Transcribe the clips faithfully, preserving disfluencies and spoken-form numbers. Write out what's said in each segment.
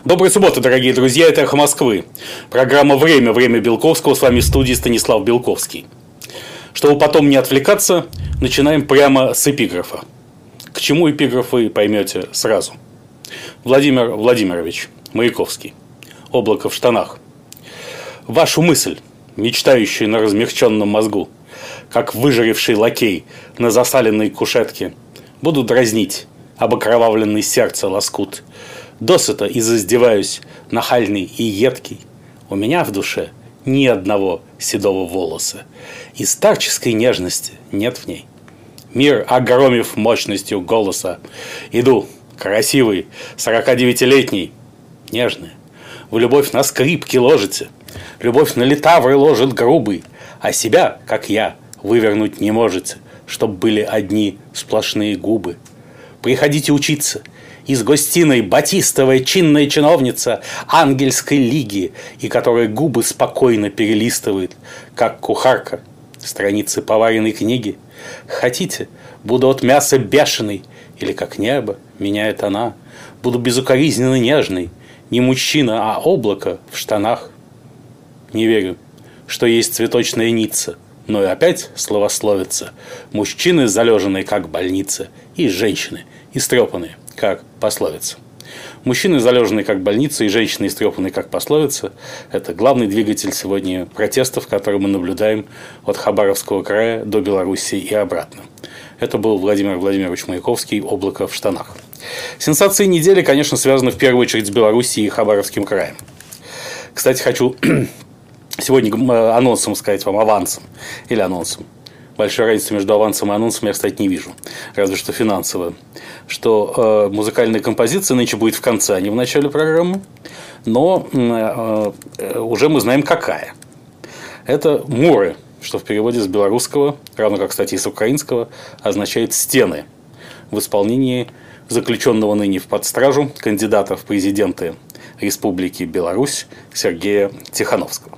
Доброй субботы, дорогие друзья, это «Эхо Москвы». Программа «Время», «Время Белковского», с вами в студии Станислав Белковский. Чтобы потом не отвлекаться, начинаем прямо с эпиграфа. К чему эпиграф вы поймете сразу. Владимир Владимирович Маяковский. «Облако в штанах». Вашу мысль, мечтающую на размягченном мозгу, как выжаревший лакей на засаленной кушетке, буду дразнить об окровавленный сердце лоскут. Досыта и заздеваюсь, нахальный и едкий. У меня в душе ни одного седого волоса, и старческой нежности нет в ней. Мир, огромив мощностью голоса, иду, красивый, сорокадевятилетний, нежный. В любовь на скрипке ложите, любовь на литавры ложит грубый, а себя, как я, вывернуть не можете, чтоб были одни сплошные губы. Приходите учиться. Из гостиной батистовая чинная чиновница ангельской лиги, и которая губы спокойно перелистывает, как кухарка, страницы поваренной книги. Хотите, буду от мяса бешеный, или как небо меняет она, буду безукоризненно нежный, не мужчина, а облако в штанах. Не верю, что есть цветочная ницца, но и опять словословится. Мужчины залеженные, как больница, и женщины истрепанные, как пословица. Мужчины, залеженные как больница, и женщины, истрепанные как пословица – это главный двигатель сегодня протестов, которые мы наблюдаем от Хабаровского края до Белоруссии и обратно. Это был Владимир Владимирович Маяковский «Облако в штанах». Сенсации недели, конечно, связаны в первую очередь с Белоруссией и Хабаровским краем. Кстати, хочу сегодня анонсом сказать вам, авансом или анонсом. Большой разницы между авансом и анонсом я, кстати, не вижу. Разве что финансово. Что э, музыкальная композиция нынче будет в конце, а не в начале программы. Но э, э, уже мы знаем, какая. Это «Муры», что в переводе с белорусского, равно как, кстати, и с украинского, означает «стены». В исполнении заключенного ныне в подстражу кандидата в президенты Республики Беларусь Сергея Тихановского.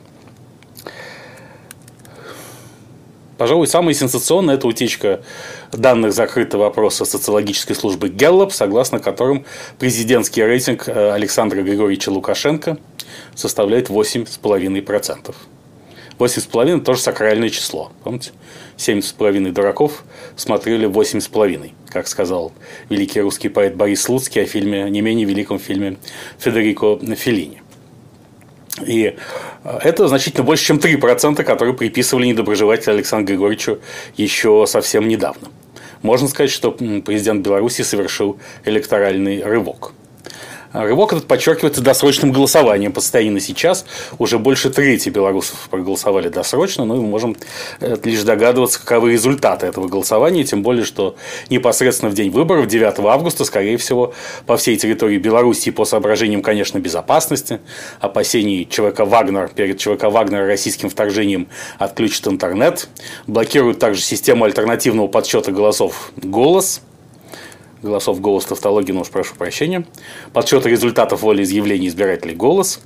Пожалуй, самое сенсационное – это утечка данных закрытого опроса социологической службы Гэллоп, согласно которым президентский рейтинг Александра Григорьевича Лукашенко составляет восемь целых пять десятых процента. восемь целых пять десятых процента – тоже сакральное число. Помните? семь целых пять десятых дураков смотрели восемь целых пять десятых, как сказал великий русский поэт Борис Слуцкий о фильме, не менее великом фильме Федерико Феллини. И это значительно больше, чем три процента, которые приписывали недоброжелателю Александру Григорьевичу еще совсем недавно. Можно сказать, что президент Беларуси совершил электоральный рывок. Рывок этот подчеркивается досрочным голосованием. По состоянию на сейчас уже больше трети белорусов проголосовали досрочно, но мы можем лишь догадываться, каковы результаты этого голосования, тем более, что непосредственно в день выборов, девятого августа, скорее всего, по всей территории Беларуси по соображениям, конечно, безопасности, опасений ЧВК «Вагнер», перед ЧВК «Вагнер» российским вторжением отключат интернет, блокируют также систему альтернативного подсчета голосов «Голос», голосов «Голос», тавтологии, но уж прошу прощения, подсчета результатов волеизъявлений избирателей «Голос».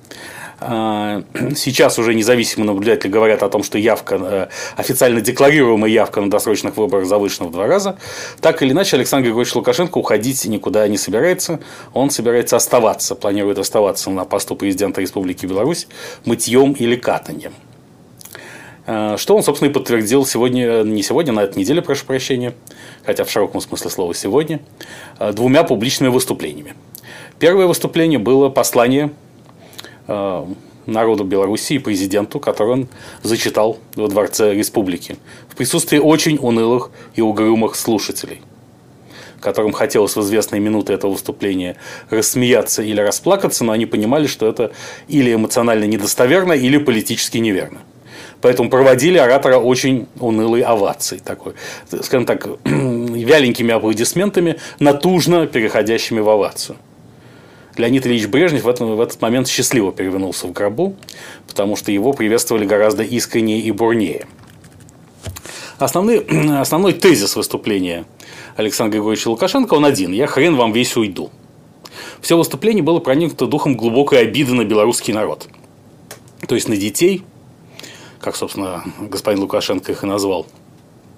Сейчас уже независимые наблюдатели говорят о том, что явка, официально декларируемая явка на досрочных выборах завышена в два раза. Так или иначе, Александр Григорьевич Лукашенко уходить никуда не собирается. Он собирается оставаться, планирует оставаться на посту президента Республики Беларусь мытьем или катаньем. Что он, собственно, и подтвердил сегодня, не сегодня, на этой неделе, прошу прощения, хотя в широком смысле слова сегодня, двумя публичными выступлениями. Первое выступление было послание народу Беларуси и президенту, которое он зачитал во Дворце Республики в присутствии очень унылых и угрюмых слушателей, которым хотелось в известные минуты этого выступления рассмеяться или расплакаться, но они понимали, что это или эмоционально недостоверно, или политически неверно. Поэтому проводили оратора очень унылой овацией, такой, скажем так, вяленькими аплодисментами, натужно переходящими в овацию. Леонид Ильич Брежнев в этот, в этот момент счастливо перевернулся в гробу, потому что его приветствовали гораздо искреннее и бурнее. Основной, основной тезис выступления Александра Григорьевича Лукашенко, он один: «Я хрен вам весь уйду». Все выступление было проникнуто духом глубокой обиды на белорусский народ. То есть на детей, как, собственно, господин Лукашенко их и назвал,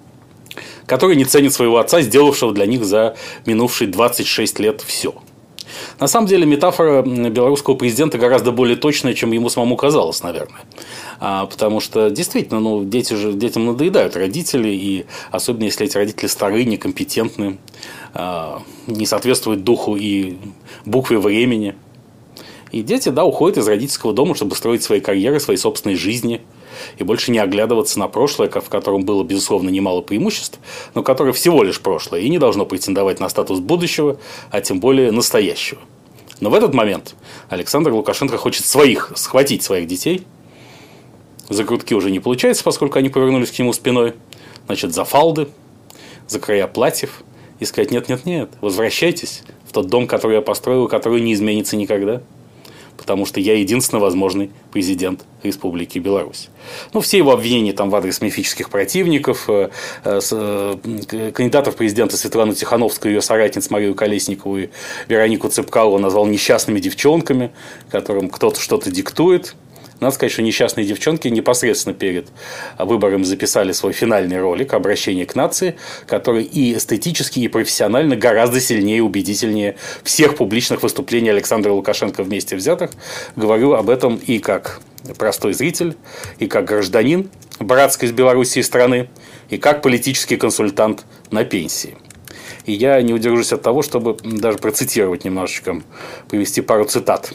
которые не ценят своего отца, сделавшего для них за минувшие двадцать шесть лет все. На самом деле метафора белорусского президента гораздо более точная, чем ему самому казалось, наверное. А, потому что действительно, ну, дети же, детям надоедают родители, и особенно если эти родители старые, некомпетентны, а, не соответствуют духу и букве времени. И дети, да, уходят из родительского дома, чтобы строить свои карьеры, свои собственные жизни. И больше не оглядываться на прошлое, в котором было, безусловно, немало преимуществ, но которое всего лишь прошлое и не должно претендовать на статус будущего, а тем более настоящего. Но в этот момент Александр Лукашенко хочет своих, схватить своих детей. За грудки уже не получается, поскольку они повернулись к нему спиной. Значит, за фалды, за края платьев. И сказать: нет-нет-нет, возвращайтесь в тот дом, который я построил, который не изменится никогда. Потому что я единственный возможный президент Республики Беларусь. Ну, все его обвинения там в адрес мифических противников, э, э, кандидатов в президенты Светлану Тихановскую, ее соратниц Марию Колесникову и Веронику Цепкало назвал несчастными девчонками, которым кто-то что-то диктует. Надо сказать, что несчастные девчонки непосредственно перед выбором записали свой финальный ролик «Обращение к нации», который и эстетически, и профессионально гораздо сильнее и убедительнее всех публичных выступлений Александра Лукашенко вместе взятых. Говорю об этом и как простой зритель, и как гражданин братской из Белоруссии страны, и как политический консультант на пенсии. И я не удержусь от того, чтобы даже процитировать немножечко, привести пару цитат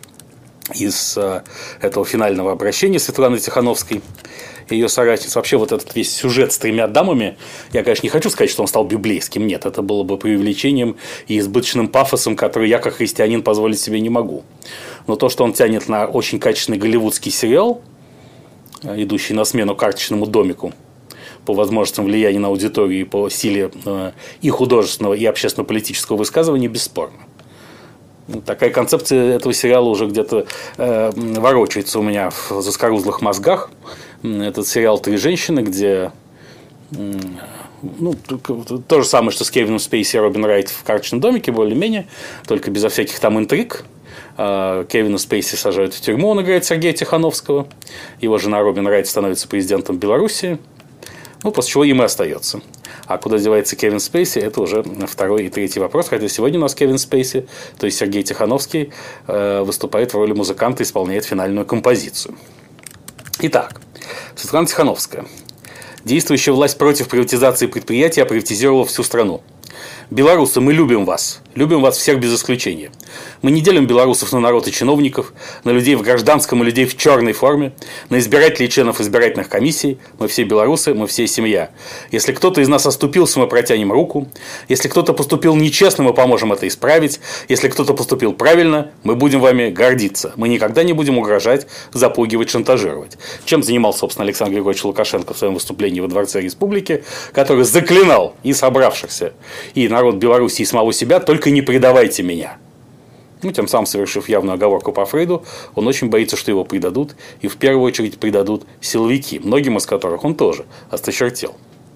из э, этого финального обращения Светланы Тихановской и ее соратниц. Вообще, вот этот весь сюжет с тремя дамами, я, конечно, не хочу сказать, что он стал библейским. Нет, это было бы преувеличением и избыточным пафосом, который я, как христианин, позволить себе не могу. Но то, что он тянет на очень качественный голливудский сериал, идущий на смену карточному домику, по возможностям влияния на аудиторию и по силе э, и художественного, и общественно-политического высказывания, бесспорно. Такая концепция этого сериала уже где-то э, ворочается у меня в заскорузлых мозгах. Этот сериал «Три женщины», где э, ну, то же самое, что с Кевином Спейси и Робин Райт в «Карточном домике», более-менее, только безо всяких там интриг. Э, Кевина Спейси сажают в тюрьму, он играет Сергея Тихановского. Его жена Робин Райт становится президентом Белоруссии. Ну, после чего им и остается. А куда девается Кевин Спейси, это уже второй и третий вопрос. Хотя сегодня у нас Кевин Спейси, то есть Сергей Тихановский, выступает в роли музыканта и исполняет финальную композицию. Итак, Светлана Тихановская. Действующая власть против приватизации предприятий приватизировала всю страну. Белорусы, мы любим вас. Любим вас всех без исключения. Мы не делим белорусов на народ и чиновников, на людей в гражданском и людей в черной форме, на избирателей и членов избирательных комиссий. Мы все белорусы, мы все семья. Если кто-то из нас оступился, мы протянем руку. Если кто-то поступил нечестно, мы поможем это исправить. Если кто-то поступил правильно, мы будем вами гордиться. Мы никогда не будем угрожать, запугивать, шантажировать. Чем занимался, собственно, Александр Григорьевич Лукашенко в своем выступлении во Дворце Республики, который заклинал и собравшихся, и народ Беларуси, и самого себя: только не предавайте меня. Ну, тем самым совершив явную оговорку по Фрейду, он очень боится, что его предадут, и в первую очередь предадут силовики, многим из которых он тоже осточертел.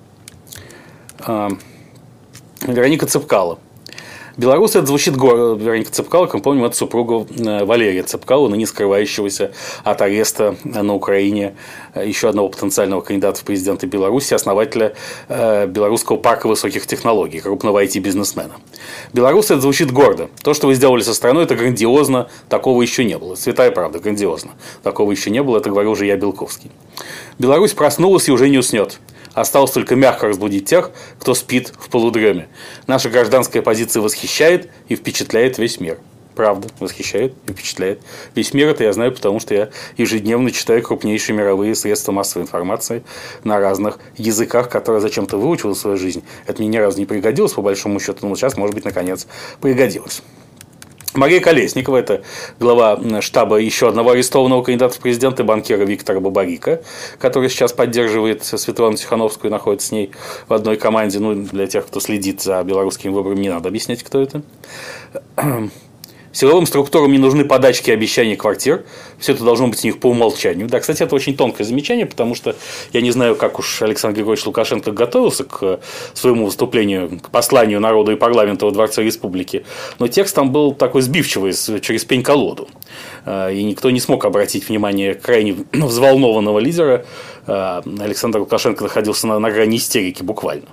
Вероника Цепкало. Беларусь, это звучит гордо. Вероника Цепкало, как мы помним, это супруга Валерия Цепкало, ныне скрывающегося от ареста на Украине еще одного потенциального кандидата в президенты Беларуси, основателя Белорусского парка высоких технологий, крупного ай ти-бизнесмена. Беларусь, это звучит гордо. То, что вы сделали со страной, это грандиозно, такого еще не было. Святая правда, грандиозно. Такого еще не было, это говорю уже я, Белковский. Беларусь проснулась и уже не уснет. Осталось только мягко разбудить тех, кто спит в полудреме. Наша гражданская позиция восхищает и впечатляет весь мир. Правда, восхищает и впечатляет весь мир. Это я знаю, потому что я ежедневно читаю крупнейшие мировые средства массовой информации на разных языках, которые зачем-то выучил в свою жизнь. Это мне ни разу не пригодилось, по большому счету, но сейчас, может быть, наконец пригодилось. Мария Колесникова, это глава штаба еще одного арестованного кандидата в президенты, банкира Виктора Бабарика, который сейчас поддерживает Светлану Тихановскую и находится с ней в одной команде. Ну, для тех, кто следит за белорусскими выборами, не надо объяснять, кто это. Силовым структурам не нужны подачки и обещания квартир. Все это должно быть у них по умолчанию. Да, кстати, это очень тонкое замечание, потому что я не знаю, как уж Александр Григорьевич Лукашенко готовился к своему выступлению, к посланию народу и парламенту во Дворце Республики. Но текст там был такой сбивчивый, через пень-колоду. И никто не смог обратить внимание крайне взволнованного лидера. Александр Лукашенко находился на, на грани истерики буквально.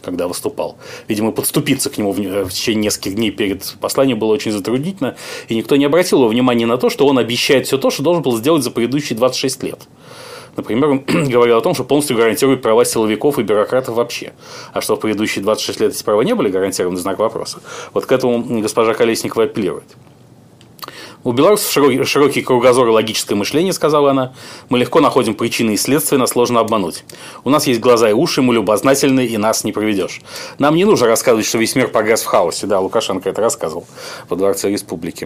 когда выступал. Видимо, подступиться к нему в течение нескольких дней перед посланием было очень затруднительно, и никто не обратил его внимания на то, что он обещает все то, что должен был сделать за предыдущие двадцать шесть лет. Например, он говорил о том, что полностью гарантирует права силовиков и бюрократов вообще. А что в предыдущие двадцать шесть лет эти права не были гарантированы, знак вопроса. Вот к этому госпожа Колесникова апеллирует. У белорусов широкий, широкий кругозор и логическое мышление, сказала она. Мы легко находим причины и следствия, нас сложно обмануть. У нас есть глаза и уши, мы любознательны, и нас не проведешь. Нам не нужно рассказывать, что весь мир погряз в хаосе. Да, Лукашенко это рассказывал во Дворце Республики.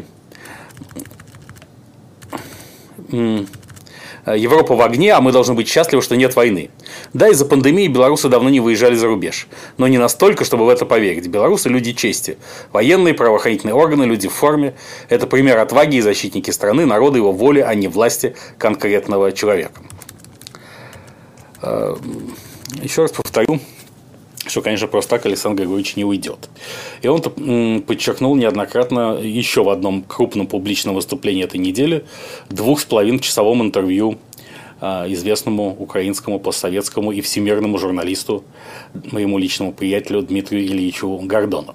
Европа в огне, а мы должны быть счастливы, что нет войны. Да, из-за пандемии белорусы давно не выезжали за рубеж. Но не настолько, чтобы в это поверить. Белорусы – люди чести. Военные, правоохранительные органы, люди в форме. Это пример отваги и защитники страны, народа, его воли, а не власти конкретного человека. Еще раз повторю, что, конечно, просто так Александр Григорьевич не уйдет. И он подчеркнул неоднократно еще в одном крупном публичном выступлении этой недели двух с половиной часовом интервью известному украинскому, постсоветскому и всемирному журналисту, моему личному приятелю Дмитрию Ильичу Гордону.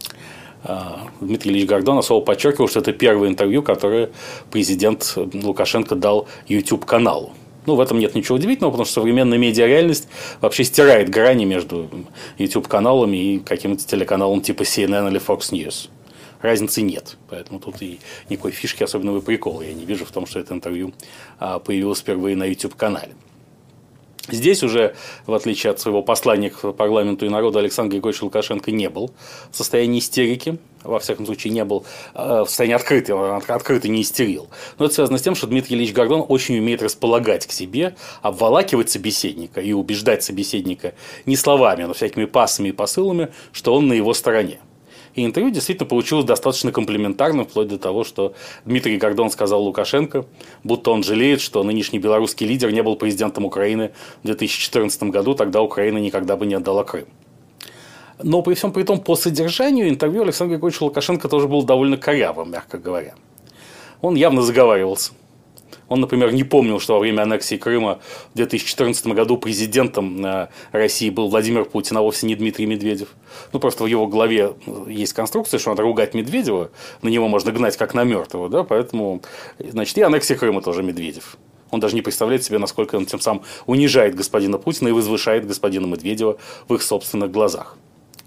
Дмитрий Ильич Гордон особо подчеркивал, что это первое интервью, которое президент Лукашенко дал YouTube-каналу. Ну, в этом нет ничего удивительного, потому что современная медиареальность вообще стирает грани между YouTube-каналами и каким-то телеканалом типа си эн эн или Fox News. Разницы нет. Поэтому тут и никакой фишки, особенного прикола я не вижу в том, что это интервью появилось впервые на YouTube-канале. Здесь уже, в отличие от своего послания к парламенту и народу, Александр Григорьевич Лукашенко не был в состоянии истерики. Во всяком случае, не был в состоянии открытого, открыто не истерил. Но это связано с тем, что Дмитрий Ильич Гордон очень умеет располагать к себе, обволакивать собеседника и убеждать собеседника не словами, но всякими пассами и посылами, что он на его стороне. И интервью действительно получилось достаточно комплиментарным, вплоть до того, что Дмитрий Гордон сказал Лукашенко, будто он жалеет, что нынешний белорусский лидер не был президентом Украины в две тысячи четырнадцатом году, тогда Украина никогда бы не отдала Крым. Но при всем при том, по содержанию интервью Александр Григорьевич Лукашенко тоже был довольно корявым, мягко говоря. Он явно заговаривался. Он, например, не помнил, что во время аннексии Крыма в две тысячи четырнадцатом году президентом России был Владимир Путин, а вовсе не Дмитрий Медведев. Ну, просто в его голове есть конструкция, что надо ругать Медведева, на него можно гнать как на мертвого, да, поэтому, значит, и аннексия Крыма тоже Медведев. Он даже не представляет себе, насколько он тем самым унижает господина Путина и возвышает господина Медведева в их собственных глазах.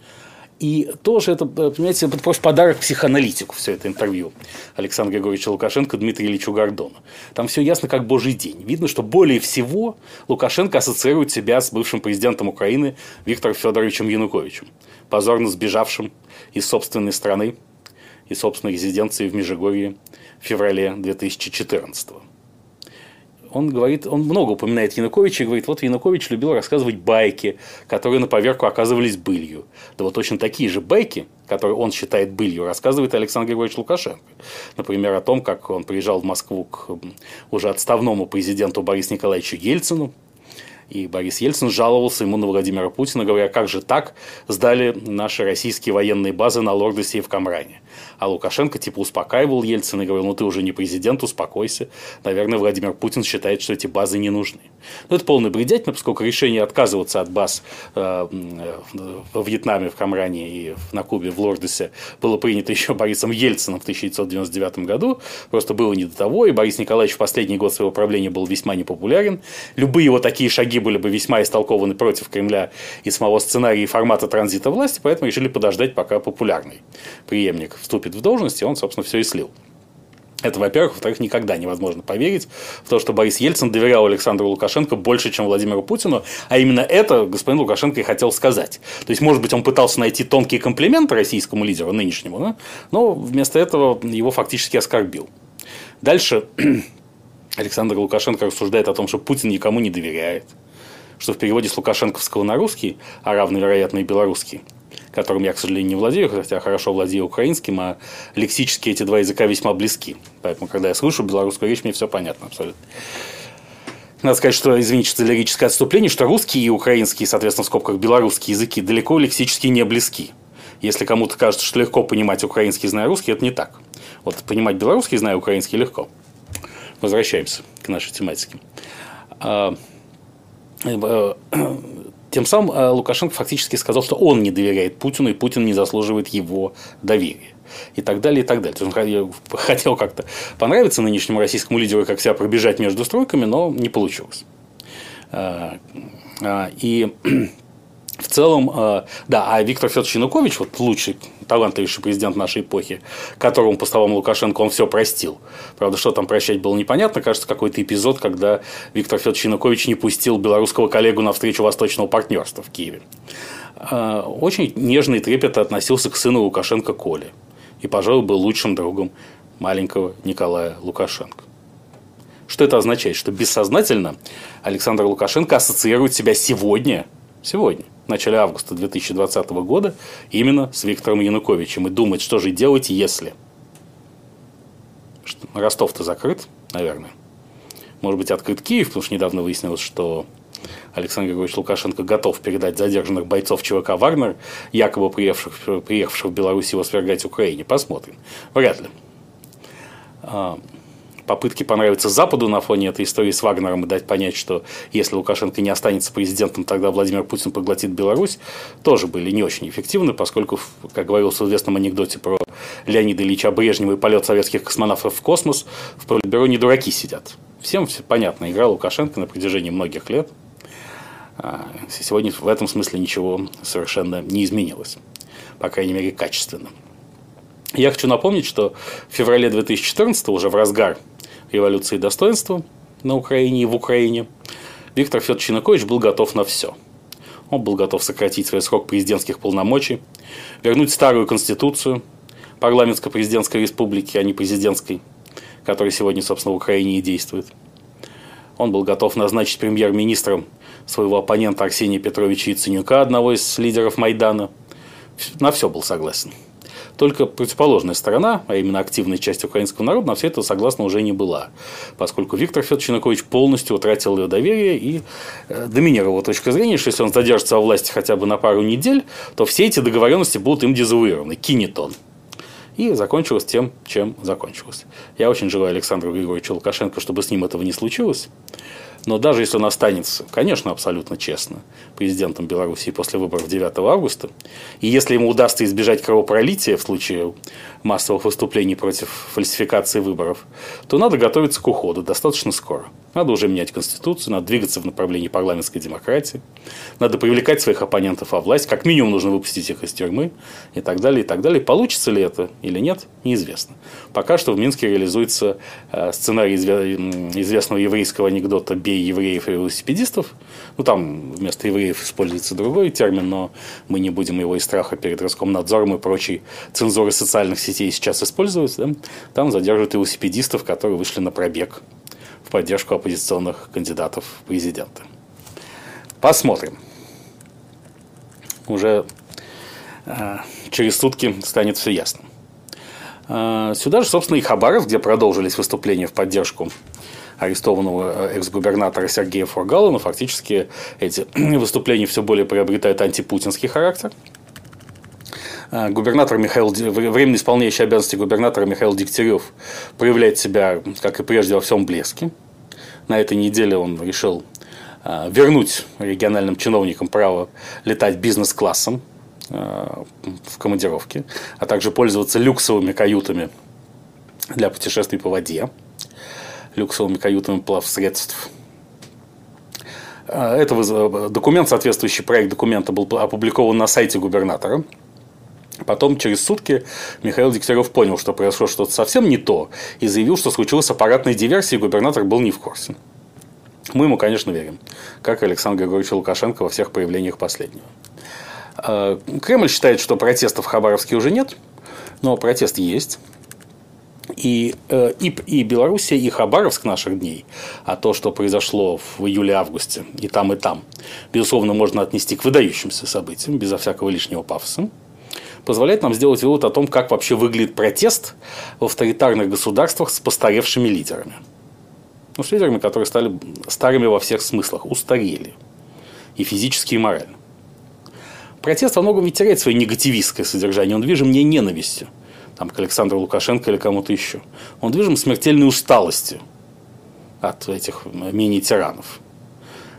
И тоже это, понимаете, это просто подарок психоаналитику, все это интервью Александра Григорьевича Лукашенко Дмитрию Ильичу Гордону. Там все ясно как божий день. Видно, что более всего Лукашенко ассоциирует себя с бывшим президентом Украины Виктором Федоровичем Януковичем, позорно сбежавшим из собственной страны, из собственной резиденции в Межигорье в феврале две тысячи четырнадцатого. Он говорит, он много упоминает Януковича и говорит, вот Янукович любил рассказывать байки, которые на поверку оказывались былью. Да вот точно такие же байки, которые он считает былью, рассказывает Александр Григорьевич Лукашенко. Например, о том, как он приезжал в Москву к уже отставному президенту Борису Николаевичу Ельцину. И Борис Ельцин жаловался ему на Владимира Путина, говоря, как же так сдали наши российские военные базы на Лордосе и в Камране. А Лукашенко типа успокаивал Ельцина и говорил, ну ты уже не президент, успокойся. Наверное, Владимир Путин считает, что эти базы не нужны. Но это полное бредятина, поскольку решение отказываться от баз э, во Вьетнаме, в Камране и на Кубе, в Лордосе было принято еще Борисом Ельцином в тысяча девятьсот девяносто девятом году. Просто было не до того, и Борис Николаевич в последний год своего правления был весьма непопулярен. Любые его такие шаги были бы весьма истолкованы против Кремля и самого сценария и формата транзита власти, поэтому решили подождать, пока популярный преемник вступит в должность, и он, собственно, все и слил. Это, во-первых. Во-вторых, никогда невозможно поверить в то, что Борис Ельцин доверял Александру Лукашенко больше, чем Владимиру Путину, а именно это господин Лукашенко и хотел сказать. То есть, может быть, он пытался найти тонкий комплимент российскому лидеру нынешнему, да? Но вместо этого его фактически оскорбил. Дальше Александр Лукашенко рассуждает о том, что Путин никому не доверяет, что в переводе с лукашенковского на русский, а равно, вероятно, и белорусский, которым я, к сожалению, не владею, хотя хорошо владею украинским, а лексически эти два языка весьма близки. Поэтому, когда я слышу белорусскую речь, мне все понятно абсолютно. Надо сказать, что, извините за лирическое отступление, что русский и украинский, соответственно, в скобках белорусские языки далеко лексически не близки. Если кому-то кажется, что легко понимать украинский, зная русский, это не так. Вот понимать белорусский, зная украинский, легко. Возвращаемся к нашей тематике. Тем самым Лукашенко фактически сказал, что он не доверяет Путину, и Путин не заслуживает его доверия. И так далее, и так далее. То есть он хотел как-то понравиться нынешнему российскому лидеру, как себя пробежать между стройками, но не получилось. И в целом, да, а Виктор Федорович Янукович, вот лучший, талантливейший президент нашей эпохи, которому, по словам Лукашенко, он все простил. Правда, что там прощать было непонятно. Кажется, какой-то эпизод, когда Виктор Федорович Янукович не пустил белорусского коллегу на встречу Восточного партнерства в Киеве. Очень нежно и трепетно относился к сыну Лукашенко Коле. И, пожалуй, был лучшим другом маленького Николая Лукашенко. Что это означает? Что бессознательно Александр Лукашенко ассоциирует себя сегодня, сегодня, в начале августа две тысячи двадцатого года, именно с Виктором Януковичем. И думает, что же делать, если... Ростов-то закрыт, наверное. Может быть, открыт Киев, потому что недавно выяснилось, что Александр Григорьевич Лукашенко готов передать задержанных бойцов ЧВК «Вагнер», якобы приехавших, приехавших в Беларусь его свергать Украине. Посмотрим. Вряд ли. Попытки понравиться Западу на фоне этой истории с Вагнером и дать понять, что если Лукашенко не останется президентом, тогда Владимир Путин поглотит Беларусь, тоже были не очень эффективны, поскольку, как говорилось в известном анекдоте про Леонида Ильича Брежнева и полет советских космонавтов в космос, в Политбюро не дураки сидят. Всем все понятно, игра Лукашенко на протяжении многих лет. Сегодня в этом смысле ничего совершенно не изменилось. По крайней мере, качественно. Я хочу напомнить, что в феврале две тысячи четырнадцатого, уже в разгар революции достоинства на Украине и в Украине, Виктор Федорович Янукович был готов на все. Он был готов сократить свой срок президентских полномочий, вернуть старую конституцию парламентско-президентской республики, а не президентской, которая сегодня, собственно, в Украине и действует. Он был готов назначить премьер-министром своего оппонента Арсения Петровича Яценюка, одного из лидеров Майдана. На все был согласен. Только противоположная сторона, а именно активная часть украинского народа, на все это согласна уже не была, поскольку Виктор Федорович Янукович полностью утратил ее доверие и доминировала точка зрения, что если он задержится во власти хотя бы на пару недель, то все эти договоренности будут им дезавуированы, кинет он. И закончилось тем, чем закончилось. Я очень желаю Александру Григорьевичу Лукашенко, чтобы с ним этого не случилось. Но даже если он останется, конечно, абсолютно честно, президентом Беларуси после выборов девятого августа, и если ему удастся избежать кровопролития в случае массовых выступлений против фальсификации выборов, то надо готовиться к уходу достаточно скоро. Надо уже менять Конституцию, надо двигаться в направлении парламентской демократии, надо привлекать своих оппонентов во власть, как минимум нужно выпустить их из тюрьмы и так далее, и так далее. Получится ли это или нет, неизвестно. Пока что в Минске реализуется сценарий известного еврейского анекдота «Бей евреев и велосипедистов». Ну, там вместо евреев используется другой термин, но мы не будем его из страха перед Роскомнадзором и прочей цензурой социальных сетей сейчас использовать. Да? Там задерживают велосипедистов, которые вышли на пробег в поддержку оппозиционных кандидатов в президенты. Посмотрим. Уже э, через сутки станет все ясно. Э, сюда же, собственно, и Хабаровск, где продолжились выступления в поддержку арестованного экс-губернатора Сергея Фургала, но фактически эти выступления все более приобретают антипутинский характер. Губернатор Михаил, временно исполняющий обязанности губернатора Михаил Дегтярев проявляет себя, как и прежде, во всем блеске. На этой неделе он решил вернуть региональным чиновникам право летать бизнес-классом в командировке, а также пользоваться люксовыми каютами для путешествий по воде, люксовыми каютами плавсредств. Это документ, соответствующий проект документа был опубликован на сайте губернатора. Потом, через сутки, Михаил Дегтярев понял, что произошло что-то совсем не то, и заявил, что случилась аппаратная диверсия, и губернатор был не в курсе. Мы ему, конечно, верим, как Александр Григорьевич Лукашенко во всех проявлениях последнего. Кремль считает, что протестов в Хабаровске уже нет, но протест есть. И, и, и Белоруссия, и Хабаровск наших дней, а то, что произошло в июле-августе и там, и там, безусловно, можно отнести к выдающимся событиям, безо всякого лишнего пафоса, позволяет нам сделать вывод о том, как вообще выглядит протест в авторитарных государствах с постаревшими лидерами. Ну, с лидерами, которые стали старыми во всех смыслах, устарели. И физически, и морально. Протест во многом ведь теряет свое негативистское содержание. Он движим не ненавистью там, к Александру Лукашенко или кому-то еще. Он движим смертельной усталостью от этих мини-тиранов.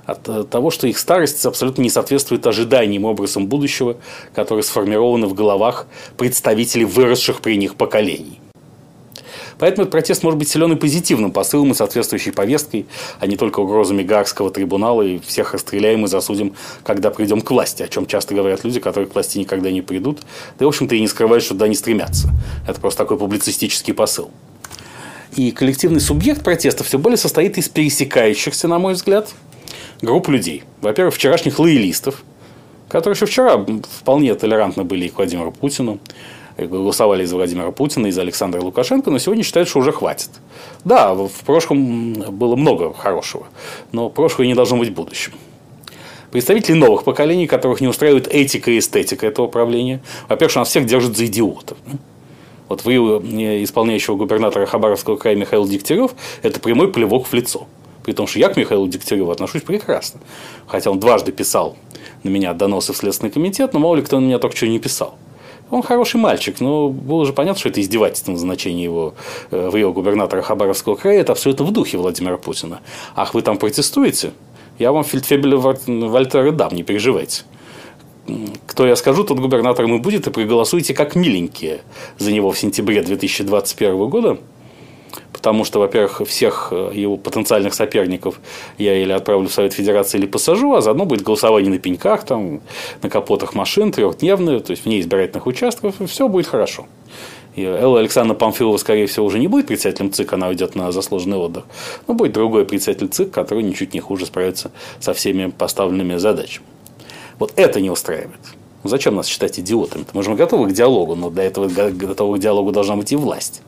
от того, что их старость абсолютно не соответствует ожиданиям образом будущего, которые сформированы в головах представителей выросших при них поколений. Поэтому этот протест может быть силен и позитивным посылом и соответствующей повесткой, а не только угрозами Гаагского трибунала и всех расстреляем и засудим, когда придем к власти, о чем часто говорят люди, которые к власти никогда не придут, да и, в общем-то, и не скрывают, что туда не стремятся. Это просто такой публицистический посыл. И коллективный субъект протеста все более состоит из пересекающихся, на мой взгляд, групп людей. Во-первых, вчерашних лоялистов, которые еще вчера вполне толерантно были и к Владимиру Путину, голосовали из Владимира Путина, из Александра Лукашенко, но сегодня считают, что уже хватит. Да, в прошлом было много хорошего, но прошлое не должно быть будущим. Представители новых поколений, которых не устраивает этика и эстетика этого правления, во-первых, что нас всех держат за идиотов. Вот вы, исполняющего губернатора Хабаровского края Михаил Дегтярев, это прямой плевок в лицо. При том, что я к Михаилу Дегтяреву отношусь прекрасно. Хотя он дважды писал на меня доносы в Следственный комитет, но мало ли кто на меня только что не писал. Он хороший мальчик, но было же понятно, что это издевательство назначение его в его губернатора Хабаровского края. Это абсолютно в духе Владимира Путина. Ах, вы там протестуете? Я вам фельдфебеля Вольтера дам, не переживайте. Кто я скажу, тот губернатором и будет, и проголосуйте как миленькие за него в сентябре две тысячи двадцать первого года. Потому что, во-первых, всех его потенциальных соперников я или отправлю в Совет Федерации, или посажу, а заодно будет голосование на пеньках, там, на капотах машин, трехдневное, то есть вне избирательных участков, и все будет хорошо. И Элла Александровна Памфилова, скорее всего, уже не будет председателем ЦИК, она уйдет на заслуженный отдых, но будет другой председатель ЦИК, который ничуть не хуже справится со всеми поставленными задачами. Вот это не устраивает. Зачем нас считать идиотами? Мы же готовы к диалогу, но для этого готовы к диалогу должна быть и власть.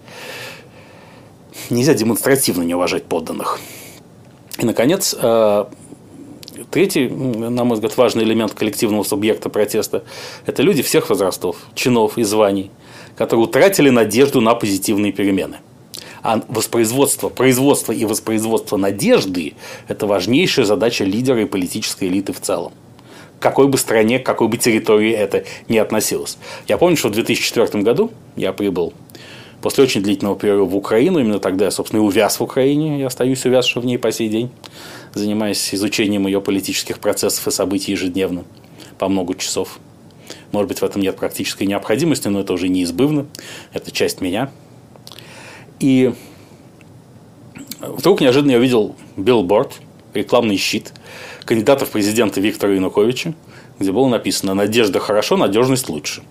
Нельзя демонстративно не уважать подданных. И, наконец, третий, на мой взгляд, важный элемент коллективного субъекта протеста – это люди всех возрастов, чинов и званий, которые утратили надежду на позитивные перемены. А воспроизводство, производство и воспроизводство надежды – это важнейшая задача лидера и политической элиты в целом. К какой бы стране, к какой бы территории это ни относилось. Я помню, что в две тысячи четвёртом году я прибыл после очень длительного перерыва в Украину. Именно тогда я, собственно, и увяз в Украине. Я остаюсь увязшим в ней по сей день, занимаясь изучением ее политических процессов и событий ежедневно по много часов. Может быть, в этом нет практической необходимости, но это уже неизбывно. Это часть меня. И вдруг неожиданно я увидел билборд, рекламный щит кандидата в президенты Виктора Януковича, где было написано «Надежда хорошо, надежность лучше».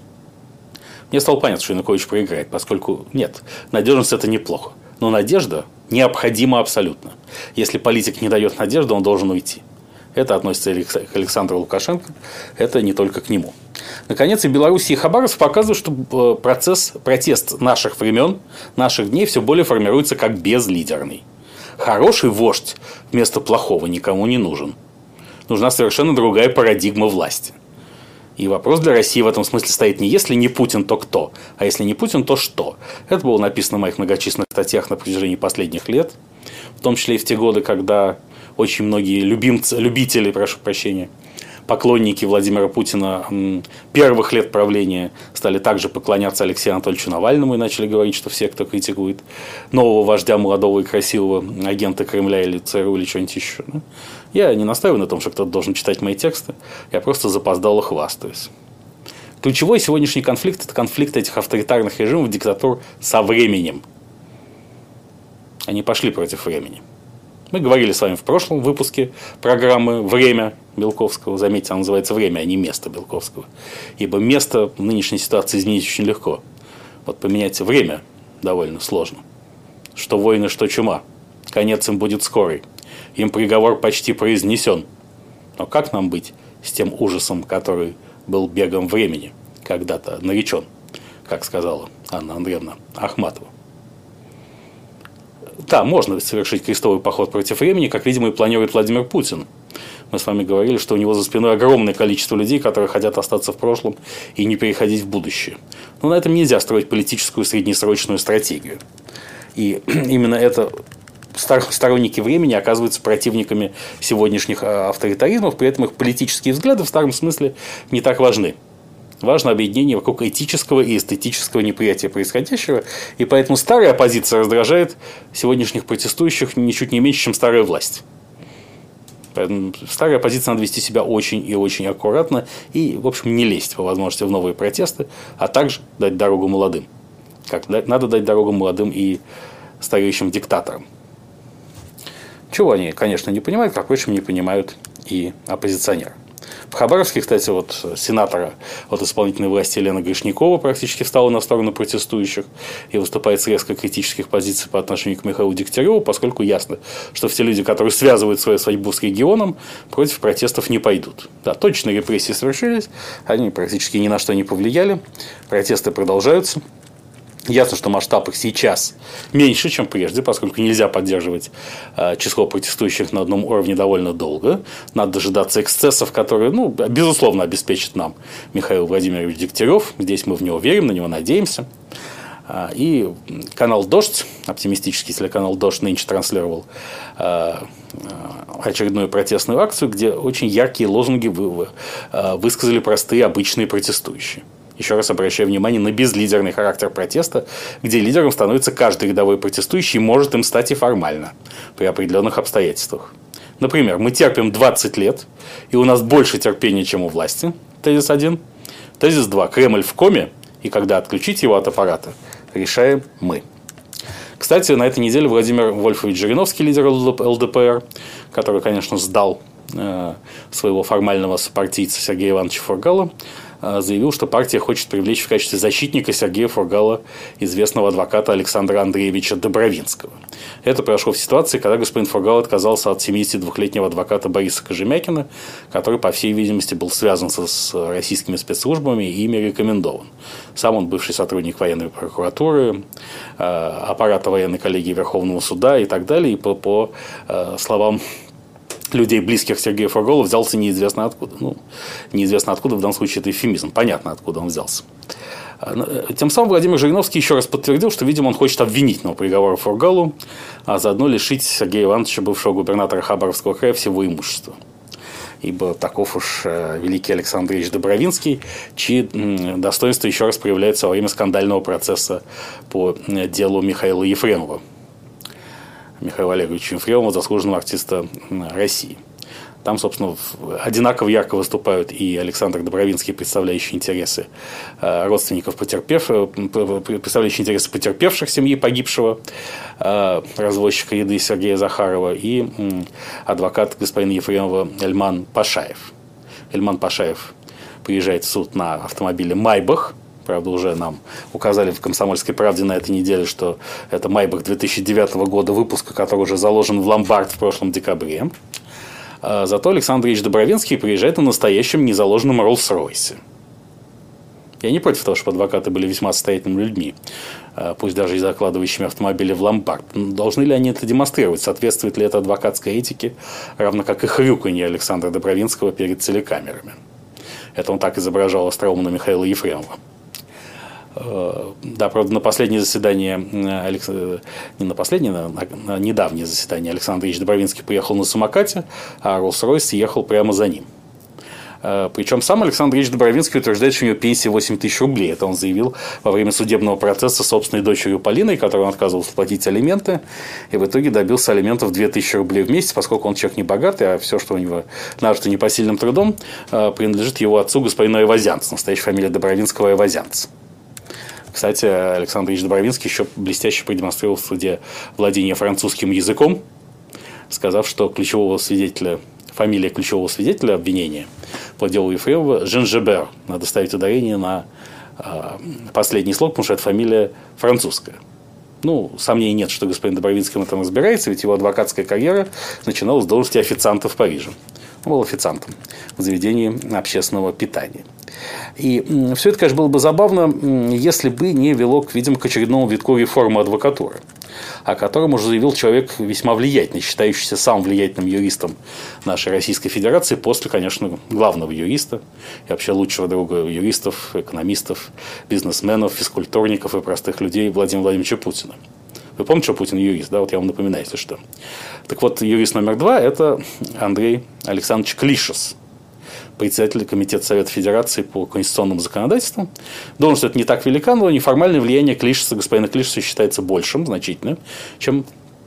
Мне стало понятно, что Янукович проиграет, поскольку нет, надежность – это неплохо. Но надежда необходима абсолютно. Если политик не дает надежды, он должен уйти. Это относится и к Александру Лукашенко, это не только к нему. Наконец, и Беларусь, и Хабаровск показывают, что процесс, протест наших времен, наших дней все более формируется как безлидерный. Хороший вождь вместо плохого никому не нужен. Нужна совершенно другая парадигма власти. И вопрос для России в этом смысле стоит не если не Путин, то кто, а если не Путин, то что. Это было написано в моих многочисленных статьях на протяжении последних лет, в том числе и в те годы, когда очень многие любимцы, любители, прошу прощения, поклонники Владимира Путина первых лет правления стали также поклоняться Алексею Анатольевичу Навальному и начали говорить, что все, кто критикует нового вождя, молодого и красивого агента Кремля или ЦРУ или что-нибудь еще. Я не настаиваю на том, что кто-то должен читать мои тексты, я просто запоздало хвастаюсь. Ключевой сегодняшний конфликт – это конфликт этих авторитарных режимов, диктатур со временем. Они пошли против времени. Мы говорили с вами в прошлом выпуске программы «Время» Белковского. Заметьте, она называется «Время», а не «Место» Белковского. Ибо место в нынешней ситуации изменить очень легко. Вот поменять время довольно сложно. Что войны, что чума. Конец им будет скорый. Им приговор почти произнесен. Но как нам быть с тем ужасом, который был бегом времени, когда-то наречен, как сказала Анна Андреевна Ахматова? Да, можно совершить крестовый поход против времени, как, видимо, и планирует Владимир Путин. Мы с вами говорили, что у него за спиной огромное количество людей, которые хотят остаться в прошлом и не переходить в будущее. Но на этом нельзя строить политическую среднесрочную стратегию. И именно это сторонники времени оказываются противниками сегодняшних авторитаризмов, при этом их политические взгляды в старом смысле не так важны. Важно объединение вокруг этического и эстетического неприятия происходящего, и поэтому старая оппозиция раздражает сегодняшних протестующих ничуть не меньше, чем старая власть. Поэтому в старой оппозиции надо вести себя очень и очень аккуратно и, в общем, не лезть по возможности в новые протесты, а также дать дорогу молодым. Как надо дать дорогу молодым и стареющим диктаторам. Чего они, конечно, не понимают, как, впрочем, не понимают и оппозиционеры. В Хабаровске, кстати, вот сенатора от исполнительной власти Елена Гришнякова практически встала на сторону протестующих и выступает с резко критических позиций по отношению к Михаилу Дегтяреву, поскольку ясно, что все люди, которые связывают свою судьбу с регионом, против протестов не пойдут. Да, точно репрессии совершились, они практически ни на что не повлияли, протесты продолжаются. Ясно, что масштаб их сейчас меньше, чем прежде, поскольку нельзя поддерживать э, число протестующих на одном уровне довольно долго. Надо дожидаться эксцессов, которые, ну, безусловно, обеспечит нам Михаил Владимирович Дегтярев. Здесь мы в него верим, на него надеемся. И канал «Дождь», оптимистический телеканал «Дождь» нынче транслировал э, очередную протестную акцию, где очень яркие лозунги вы, э, высказали простые обычные протестующие. Еще раз обращаю внимание на безлидерный характер протеста, где лидером становится каждый рядовой протестующий и может им стать и формально при определенных обстоятельствах. Например, мы терпим двадцать лет, и у нас больше терпения, чем у власти. Тезис один. Тезис два. Кремль в коме, и когда отключить его от аппарата, решаем мы. Кстати, на этой неделе Владимир Вольфович Жириновский, лидер эл дэ пэ эр, который, конечно, сдал э, своего формального сопартийца Сергея Ивановича Фургала, заявил, что партия хочет привлечь в качестве защитника Сергея Фургала известного адвоката Александра Андреевича Добровинского. Это произошло в ситуации, когда господин Фургал отказался от семидесятидвухлетнего адвоката Бориса Кожемякина, который, по всей видимости, был связан с российскими спецслужбами и ими рекомендован. Сам он бывший сотрудник военной прокуратуры, аппарата военной коллегии Верховного суда и так далее. И по, по словам людей, близких Сергею Фургалу, взялся неизвестно откуда. Ну, неизвестно откуда, в данном случае это эвфемизм. Понятно, откуда он взялся. Тем самым Владимир Жириновский еще раз подтвердил, что, видимо, он хочет обвинительного приговора Фургалу, а заодно лишить Сергея Ивановича, бывшего губернатора Хабаровского края, всего имущества. Ибо таков уж великий Александр Ильич Добровинский, чьи достоинства еще раз проявляются во время скандального процесса по делу Михаила Ефремова. Михаила Олеговича Ефремова, заслуженного артиста России. Там, собственно, одинаково ярко выступают и Александр Добровинский, представляющий интересы родственников потерпевших, представляющий интересы потерпевших семьи погибшего развозчика еды Сергея Захарова, и адвокат господина Ефремова Эльман Пашаев. Эльман Пашаев приезжает в суд на автомобиле «Майбах». Правда, уже нам указали в «Комсомольской правде» на этой неделе, что это «Майбах» две тысячи девятого года выпуска, который уже заложен в ломбард в прошлом декабре. Зато Александр Ильич Добровинский приезжает на настоящем незаложенном Роллс-Ройсе. Я не против того, чтобы адвокаты были весьма состоятельными людьми, пусть даже и закладывающими автомобили в ломбард. Но должны ли они это демонстрировать? Соответствует ли это адвокатской этике, равно как и хрюканье Александра Добровинского перед телекамерами? Это он так изображал остроумно Михаила Ефремова. Да, правда, на последнее заседание, не на последнее, на недавнее заседание Александр Ильич Добровинский приехал на самокате, а Роллс-Ройс ехал прямо за ним. Причем сам Александр Ильич Добровинский утверждает, что у него пенсия восемь тысяч рублей. Это он заявил во время судебного процесса с собственной дочерью Полиной, которой он отказывался платить алименты. И в итоге добился алиментов две тысячи рублей в месяц, поскольку он человек не богатый, а все, что у него нажито непосильным трудом, принадлежит его отцу, господину Айвазянц. Настоящая фамилия Добровинского Айвазянц. Кстати, Александр Ильич Добровинский еще блестяще продемонстрировал в суде владение французским языком, сказав, что ключевого свидетеля, фамилия ключевого свидетеля обвинения по делу Ефремова Женжебер. Надо ставить ударение на э, последний слог, потому что это фамилия французская. Ну, сомнений нет, что господин Добровинский в этом разбирается, ведь его адвокатская карьера начиналась с должности официанта в Париже. Он был официантом в заведении общественного питания. И все это, конечно, было бы забавно, если бы не вело, видимо, к очередному витку реформы адвокатуры, о котором уже заявил человек весьма влиятельный, считающийся самым влиятельным юристом нашей Российской Федерации, после, конечно, главного юриста и вообще лучшего друга юристов, экономистов, бизнесменов, физкультурников и простых людей Владимира Владимировича Путина. Вы помните, что Путин юрист, да? Вот я вам напоминаю, если что. Так вот, юрист номер два – это Андрей Александрович Клишес, председатель Комитета Совета Федерации по конституционному законодательству. Должность это не так велика, но неформальное влияние Клишеса, господина Клишеса, считается большим, значительным, чем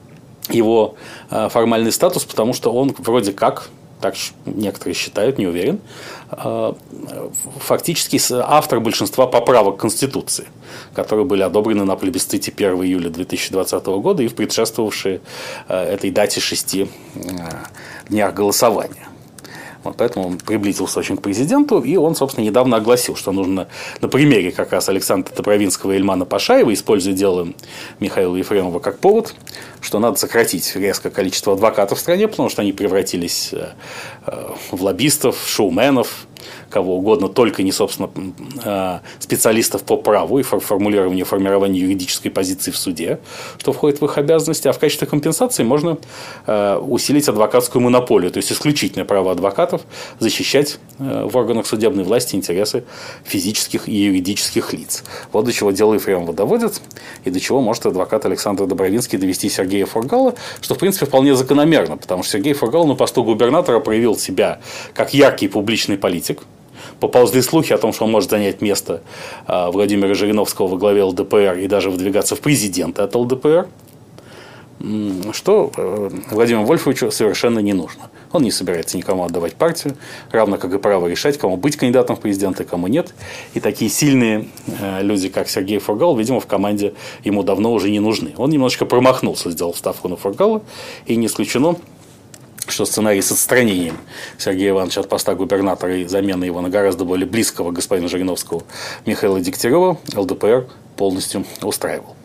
его формальный статус, потому что он вроде как, так некоторые считают, не уверен, фактически автор большинства поправок к Конституции, которые были одобрены на плебисците первого июля две тысячи двадцатого года и в предшествовавшие этой дате шести днях голосования. Вот поэтому он приблизился очень к президенту, и он, собственно, недавно огласил, что нужно на примере как раз Александра Добровинского и Ильмана Пашаева, используя дело Михаила Ефремова как повод, что надо сократить резко количество адвокатов в стране, потому что они превратились в лоббистов, шоуменов, кого угодно, только не, собственно, специалистов по праву и формулированию, формированию юридической позиции в суде, что входит в их обязанности, а в качестве компенсации можно усилить адвокатскую монополию, то есть исключительное право адвокатов защищать в органах судебной власти интересы физических и юридических лиц. Вот до чего дело Ефремова доводит, и до чего может адвокат Александр Добровинский довести Сергея Фургала, что, в принципе, вполне закономерно, потому что Сергей Фургал на посту губернатора проявил себя как яркий публичный политик. Поползли слухи о том, что он может занять место Владимира Жириновского во главе эл дэ пэ эр и даже выдвигаться в президенты от эл дэ пэ эр, что Владимиру Вольфовичу совершенно не нужно. Он не собирается никому отдавать партию, равно как и право решать, кому быть кандидатом в президенты, кому нет. И такие сильные люди, как Сергей Фургал, видимо, в команде ему давно уже не нужны. Он немножечко промахнулся, сделал ставку на Фургала, и не исключено, что сценарий с отстранением Сергея Ивановича от поста губернатора и заменой его на гораздо более близкого господина Жириновского Михаила Дегтярева эл дэ пэ эр полностью устраивал.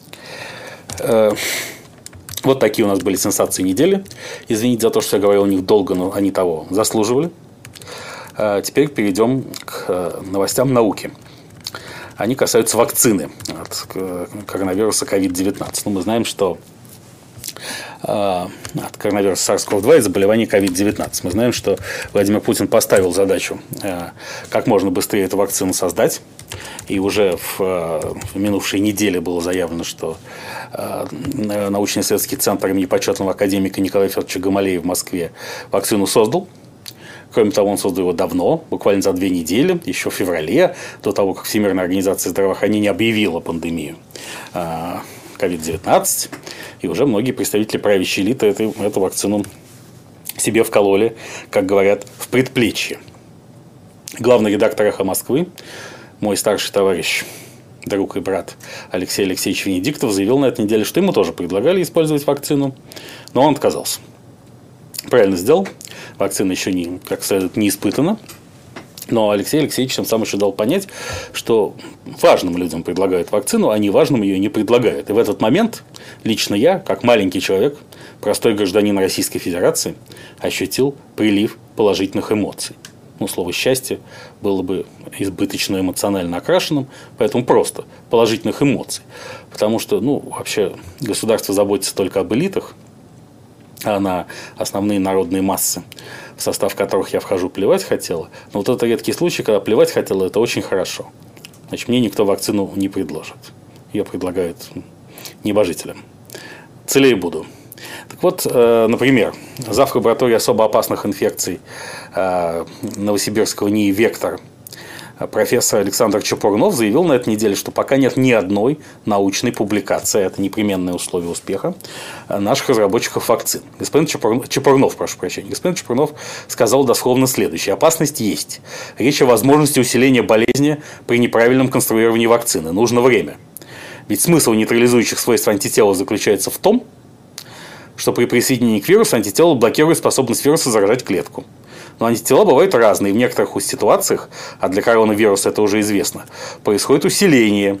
Вот такие у нас были сенсации недели. Извините за то, что я говорил о них долго, но они того заслуживали. Теперь перейдем к новостям науки. Они касаются вакцины от коронавируса ковид девятнадцать. Ну, мы знаем, что от коронавируса сарс ков два и заболевания ковид девятнадцать. Мы знаем, что Владимир Путин поставил задачу как можно быстрее эту вакцину создать. И уже в, в минувшей неделе было заявлено, что научно-исследовательский центр имени почетного академика Николая Федоровича Гамалея в Москве вакцину создал. Кроме того, он создал его давно, буквально за две недели, еще в феврале, до того, как Всемирная организация здравоохранения объявила пандемию ковид девятнадцать. И уже многие представители правящей элиты эту, эту вакцину себе вкололи, как говорят, в предплечье. Главный редактор «Эхо Москвы», мой старший товарищ, друг и брат Алексей Алексеевич Венедиктов, заявил на этой неделе, что ему тоже предлагали использовать вакцину, но он отказался. Правильно сделал. Вакцина еще не, как следует, не испытана. Но Алексей Алексеевич тем самым еще дал понять, что важным людям предлагают вакцину, а неважным ее не предлагают. И в этот момент лично я, как маленький человек, простой гражданин Российской Федерации, ощутил прилив положительных эмоций. Ну, слово «счастье» было бы избыточно эмоционально окрашенным, поэтому просто положительных эмоций. Потому что, ну, вообще государство заботится только об элитах, а на основные народные массы, в состав которых я вхожу, плевать хотела. Но вот это редкий случай, когда плевать хотела, это очень хорошо. Значит, мне никто вакцину не предложит. Ее предлагают небожителям. Целее буду. Так вот, например, зав. Лаборатории особо опасных инфекций Новосибирского НИИ «Вектор» профессор Александр Чепурнов заявил на этой неделе, что пока нет ни одной научной публикации, это непременное условие успеха, наших разработчиков вакцин. Господин Чепурнов, Чепурнов, прошу прощения, господин Чепурнов сказал дословно следующее. Опасность есть. Речь о возможности усиления болезни при неправильном конструировании вакцины. Нужно время. Ведь смысл нейтрализующих свойств антитела заключается в том, что при присоединении к вирусу антитело блокирует способность вируса заражать клетку. Но антитела бывают разные. В некоторых ситуациях, а для коронавируса это уже известно, происходит усиление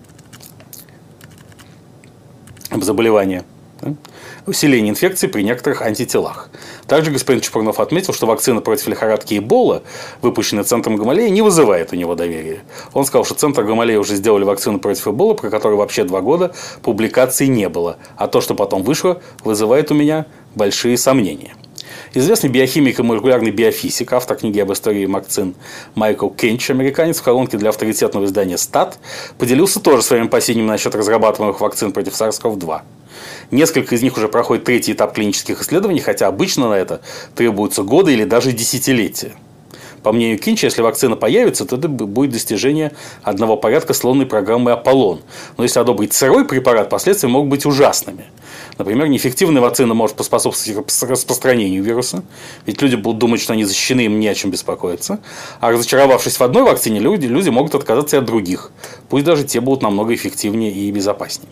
заболевания. Да? Усиление инфекции при некоторых антителах. Также господин Чепурнов отметил, что вакцина против лихорадки Эбола, выпущенная центром Гамалея, не вызывает у него доверия. Он сказал, что центр Гамалея уже сделали вакцину против Эбола, про которую вообще два года публикаций не было. А то, что потом вышло, вызывает у меня большие сомнения. Известный биохимик и молекулярный биофизик, автор книги об истории вакцин Майкл Кенч, американец, в колонке для авторитетного издания «Стат», поделился тоже своими опасениями насчет разрабатываемых вакцин против сарс ков два. Несколько из них уже проходит третий этап клинических исследований, хотя обычно на это требуются годы или даже десятилетия. По мнению Кинча, если вакцина появится, то это будет достижение одного порядка с лунной программы «Аполлон». Но если одобрить сырой препарат, последствия могут быть ужасными. Например, неэффективная вакцина может поспособствовать распространению вируса, ведь люди будут думать, что они защищены, им не о чем беспокоиться. А разочаровавшись в одной вакцине, люди, люди могут отказаться и от других, пусть даже те будут намного эффективнее и безопаснее.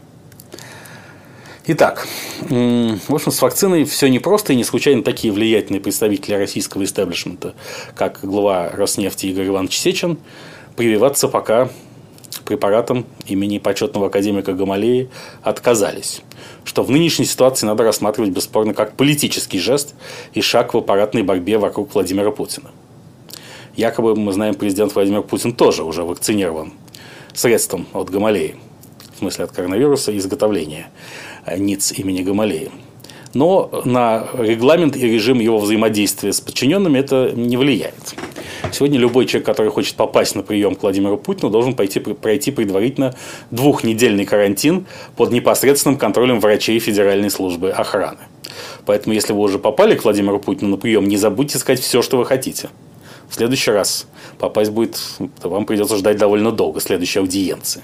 Итак, в общем, с вакциной все непросто, и не случайно такие влиятельные представители российского истеблишмента, как глава Роснефти Игорь Иванович Сечин, прививаться пока препаратам имени почетного академика Гамалеи отказались, что в нынешней ситуации надо рассматривать бесспорно как политический жест и шаг в аппаратной борьбе вокруг Владимира Путина. Якобы, мы знаем, президент Владимир Путин тоже уже вакцинирован средством от Гамалеи, в смысле от коронавируса, изготовления НИЦ имени Гамалеи. Но на регламент и режим его взаимодействия с подчиненными это не влияет. Сегодня любой человек, который хочет попасть на прием к Владимиру Путину, должен пойти, пройти предварительно двухнедельный карантин под непосредственным контролем врачей Федеральной службы охраны. Поэтому, если вы уже попали к Владимиру Путину на прием, не забудьте сказать все, что вы хотите. В следующий раз попасть будет, вам придется ждать довольно долго следующей аудиенции.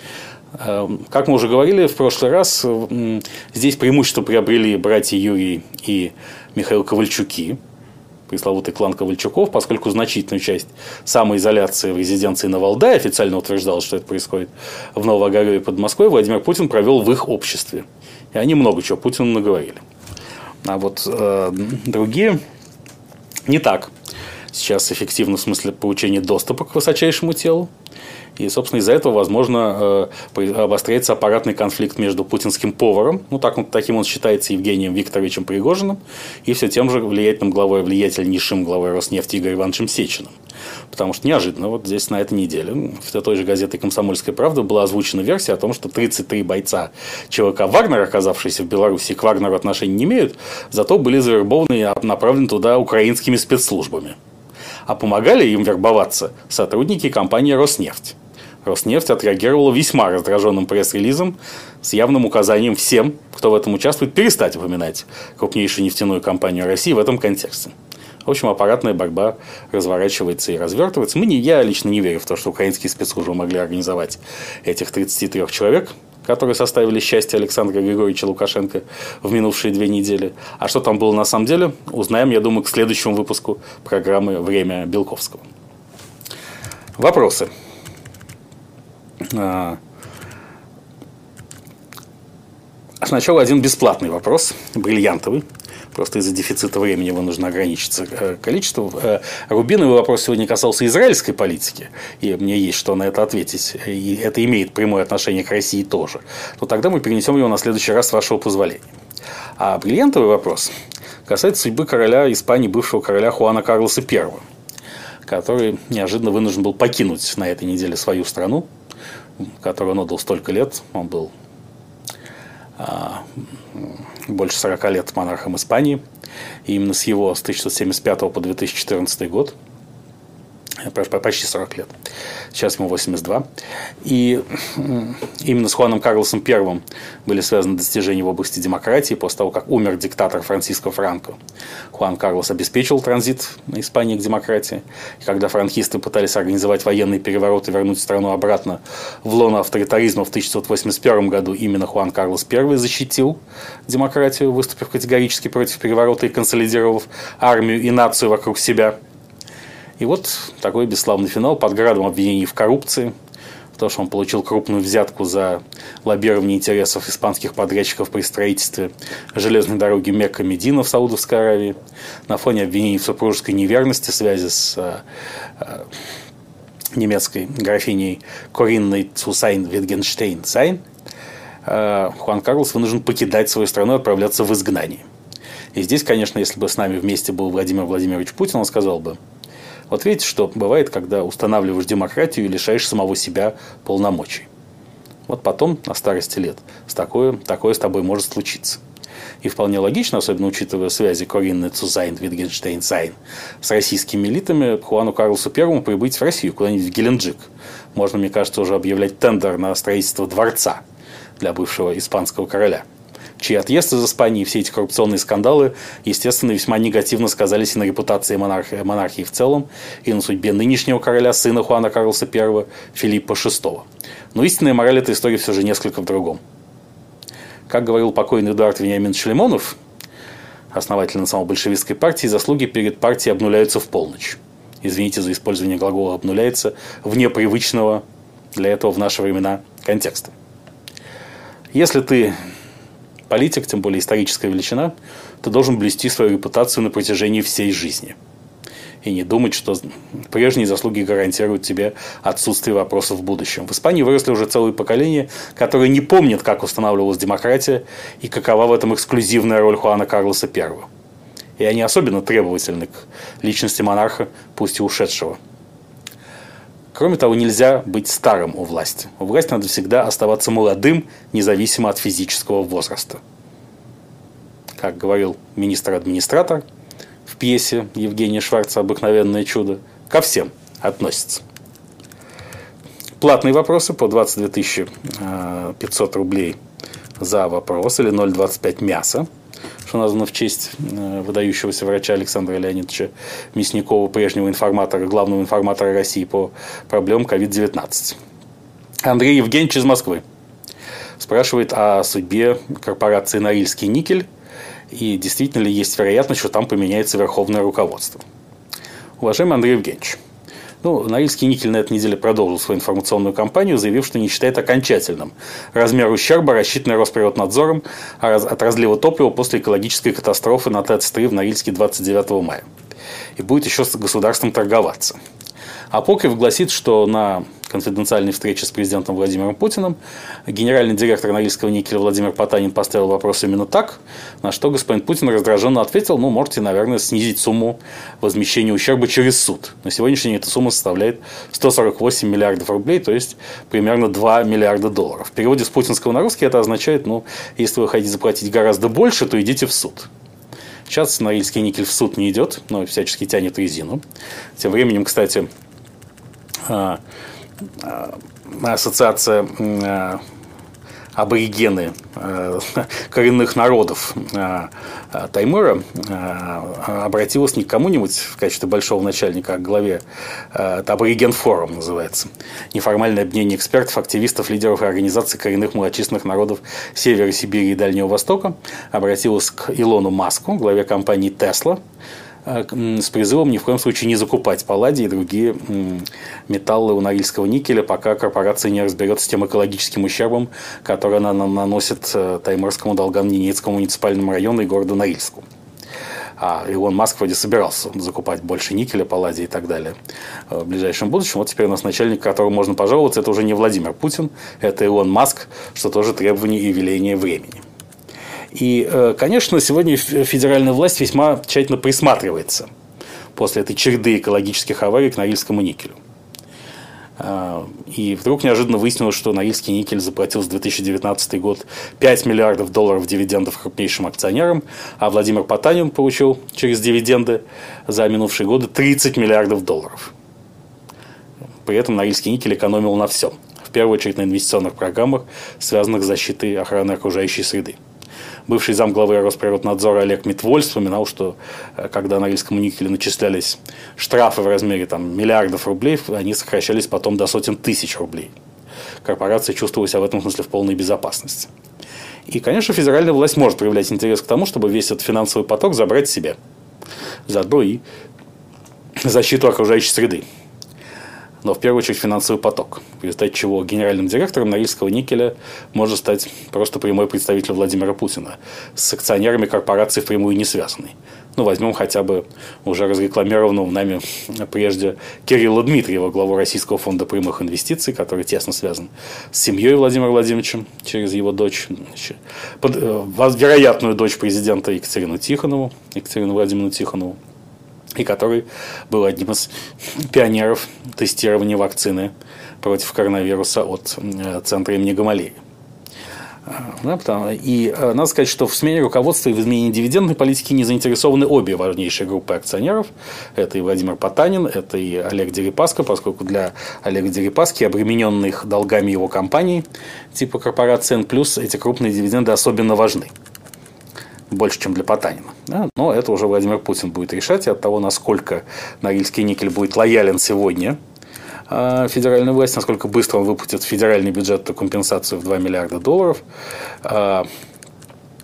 Как мы уже говорили в прошлый раз, здесь преимущество приобрели братья Юрий и Михаил Ковальчуки, пресловутый клан Ковальчуков, поскольку значительную часть самоизоляции в резиденции на Валдае официально утверждалось, что это происходит в Новоогарове под Москвой, Владимир Путин провел в их обществе. И они много чего Путину наговорили. А вот э, другие не так. Сейчас эффективно в смысле получения доступа к высочайшему телу. И, собственно, из-за этого, возможно, обостряется аппаратный конфликт между путинским поваром, ну, так, таким он считается, Евгением Викторовичем Пригожиным, и все тем же влиятельным главой, влиятельнейшим главой Роснефти Игорем Ивановичем Сечиным. Потому что неожиданно, вот здесь на этой неделе, в той же газете «Комсомольская правда» была озвучена версия о том, что тридцать три бойца ЧВК «Вагнер», оказавшиеся в Беларуси, к Вагнеру отношения не имеют, зато были завербованы и направлены туда украинскими спецслужбами. А помогали им вербоваться сотрудники компании «Роснефть». Роснефть отреагировала весьма раздраженным пресс-релизом с явным указанием всем, кто в этом участвует, перестать упоминать крупнейшую нефтяную компанию России в этом контексте. В общем, аппаратная борьба разворачивается и развертывается. Мы не, я лично не верю в то, что украинские спецслужбы могли организовать этих тридцати трёх человек, которые составили счастье Александра Григорьевича Лукашенко в минувшие две недели. А что там было на самом деле, узнаем, я думаю, к следующему выпуску программы «Время Белковского». Вопросы. Сначала один бесплатный вопрос, бриллиантовый. Просто из-за дефицита времени его нужно ограничиться количеством. Рубиновый вопрос сегодня касался израильской политики, и мне есть что на это ответить. И это имеет прямое отношение к России тоже. Но тогда мы перенесем его на следующий раз, с вашего позволения. А бриллиантовый вопрос касается судьбы короля Испании, бывшего короля Хуана Карлоса Первого, который неожиданно вынужден был покинуть на этой неделе свою страну, которую он отдал столько лет. Он был а, больше сорока лет монархом Испании. И именно с его с тысяча девятьсот семьдесят пятого по две тысячи четырнадцатый год, почти сорок лет, сейчас ему восемьдесят два. И именно с Хуаном Карлосом Первым были связаны достижения в области демократии. После того, как умер диктатор Франсиско Франко, Хуан Карлос обеспечил транзит на Испании к демократии. И когда франкисты пытались организовать военный переворот и вернуть страну обратно в лоно авторитаризма в тысяча девятьсот восемьдесят первом году, именно Хуан Карлос Первый защитил демократию, выступив категорически против переворота и консолидировав армию и нацию вокруг себя. И вот такой бесславный финал под градом обвинений в коррупции, в том, что он получил крупную взятку за лоббирование интересов испанских подрядчиков при строительстве железной дороги Мекка-Медина в Саудовской Аравии, на фоне обвинений в супружеской неверности, связи с э, э, немецкой графиней Коринной Цусайн-Витгенштейн-Сайн, э, Хуан Карлос вынужден покидать свою страну и отправляться в изгнание. И здесь, конечно, если бы с нами вместе был Владимир Владимирович Путин, он сказал бы: вот видите, что бывает, когда устанавливаешь демократию и лишаешь самого себя полномочий. Вот потом, на старости лет, с такое, такое с тобой может случиться. И вполне логично, особенно учитывая связи Коринны Цусайн, Витгенштейн-Сайн с российскими элитами, Хуану Карлосу Первому прибыть в Россию, куда-нибудь в Геленджик. Можно, мне кажется, уже объявлять тендер на строительство дворца для бывшего испанского короля, чей отъезд из Испании и все эти коррупционные скандалы, естественно, весьма негативно сказались и на репутации монархии, монархии в целом, и на судьбе нынешнего короля, сына Хуана Карлоса Первого, Филиппа Шестого. Но истинная мораль этой истории все же несколько в другом. Как говорил покойный Эдуард Вениаминович Лимонов, основатель национал-большевистской партии, заслуги перед партией обнуляются в полночь. Извините за использование глагола «обнуляется» вне привычного для этого в наши времена контекста. Если ты политик, тем более историческая величина, ты должен блюсти свою репутацию на протяжении всей жизни. И не думать, что прежние заслуги гарантируют тебе отсутствие вопросов в будущем. В Испании выросли уже целые поколения, которые не помнят, как устанавливалась демократия и какова в этом эксклюзивная роль Хуана Карлоса Первого. И они особенно требовательны к личности монарха, пусть и ушедшего. Кроме того, нельзя быть старым у власти. У власти надо всегда оставаться молодым, независимо от физического возраста. Как говорил министр-администратор в пьесе Евгения Шварца «Обыкновенное чудо», ко всем относится. Платные вопросы по двадцать две тысячи пятьсот рублей за вопрос или ноль двадцать пять мяса, что названо в честь выдающегося врача Александра Леонидовича Мясникова, прежнего информатора, главного информатора России по проблемам ковид девятнадцать. Андрей Евгеньевич из Москвы спрашивает о судьбе корпорации «Норильский никель» и действительно ли есть вероятность, что там поменяется верховное руководство. Уважаемый Андрей Евгеньевич, ну, Норильский никель на этой неделе продолжил свою информационную кампанию, заявив, что не считает окончательным размер ущерба, рассчитанный Росприроднадзором от разлива топлива после экологической катастрофы на ТЭЦ три в Норильске двадцать девятого мая. И будет еще с государством торговаться. Апокриф гласит, что на конфиденциальной встрече с президентом Владимиром Путиным генеральный директор Норильского никеля Владимир Потанин поставил вопрос именно так, на что господин Путин раздраженно ответил: ну, можете, наверное, снизить сумму возмещения ущерба через суд. На сегодняшний день эта сумма составляет сто сорок восемь миллиардов рублей, то есть примерно два миллиарда долларов. В переводе с путинского на русский это означает, ну, если вы хотите заплатить гораздо больше, то идите в суд. Сейчас Норильский никель в суд не идет, но всячески тянет резину. Тем временем, кстати, ассоциация аборигены коренных народов Таймыра обратилась не к кому-нибудь в качестве большого начальника, а к главе, это Абориген Форум называется, неформальное объединение экспертов, активистов, лидеров и организаций коренных малочисленных народов Севера Сибири и Дальнего Востока, обратилась к Илону Маску, главе компании Tesla, с призывом ни в коем случае не закупать палладий и другие металлы у Норильского никеля, пока корпорация не разберется с тем экологическим ущербом, который она наносит Таймырскому, Долган-Ненецкому муниципальному району и городу Норильску. А Илон Маск вроде собирался закупать больше никеля, палладия и так далее в ближайшем будущем. Вот теперь у нас начальник, которому можно пожаловаться, это уже не Владимир Путин, это Илон Маск, что тоже требование и веление времени. И, конечно, сегодня федеральная власть весьма тщательно присматривается после этой череды экологических аварий к Норильскому никелю. И вдруг неожиданно выяснилось, что Норильский никель заплатил за две тысячи девятнадцатый год пять миллиардов долларов дивидендов крупнейшим акционерам, а Владимир Потанин получил через дивиденды за минувшие годы тридцать миллиардов долларов. При этом Норильский никель экономил на всем. В первую очередь на инвестиционных программах, связанных с защитой и охраной окружающей среды. Бывший замглавы Росприроднадзора Олег Митволь вспоминал, что когда Норильскому никелю начислялись штрафы в размере там, миллиардов рублей, они сокращались потом до сотен тысяч рублей. Корпорация чувствовала себя в этом смысле в полной безопасности. И, конечно, федеральная власть может проявлять интерес к тому, чтобы весь этот финансовый поток забрать себе. Заодно и защиту окружающей среды. Но в первую очередь финансовый поток, в результате чего генеральным директором Норильского никеля может стать просто прямой представитель Владимира Путина, с акционерами корпорации впрямую не связанный. Ну, возьмем хотя бы уже разрекламированного нами прежде Кирилла Дмитриева, главу Российского фонда прямых инвестиций, который тесно связан с семьей Владимира Владимировича через его дочь, под, вероятную дочь президента Екатерину Тихонову, Екатерину Владимировну Тихонову, и который был одним из пионеров тестирования вакцины против коронавируса от центра имени Гамалеи. И надо сказать, что в смене руководства и в изменении дивидендной политики не заинтересованы обе важнейшие группы акционеров. Это и Владимир Потанин, это и Олег Дерипаска, поскольку для Олега Дерипаски, обремененных долгами его компаний, типа корпорации Н плюс, эти крупные дивиденды особенно важны. Больше, чем для Потанина. Да? Но это уже Владимир Путин будет решать. И от того, насколько Норильский никель будет лоялен сегодня федеральной власти, насколько быстро он выплатит в федеральный бюджет компенсацию в два миллиарда долларов,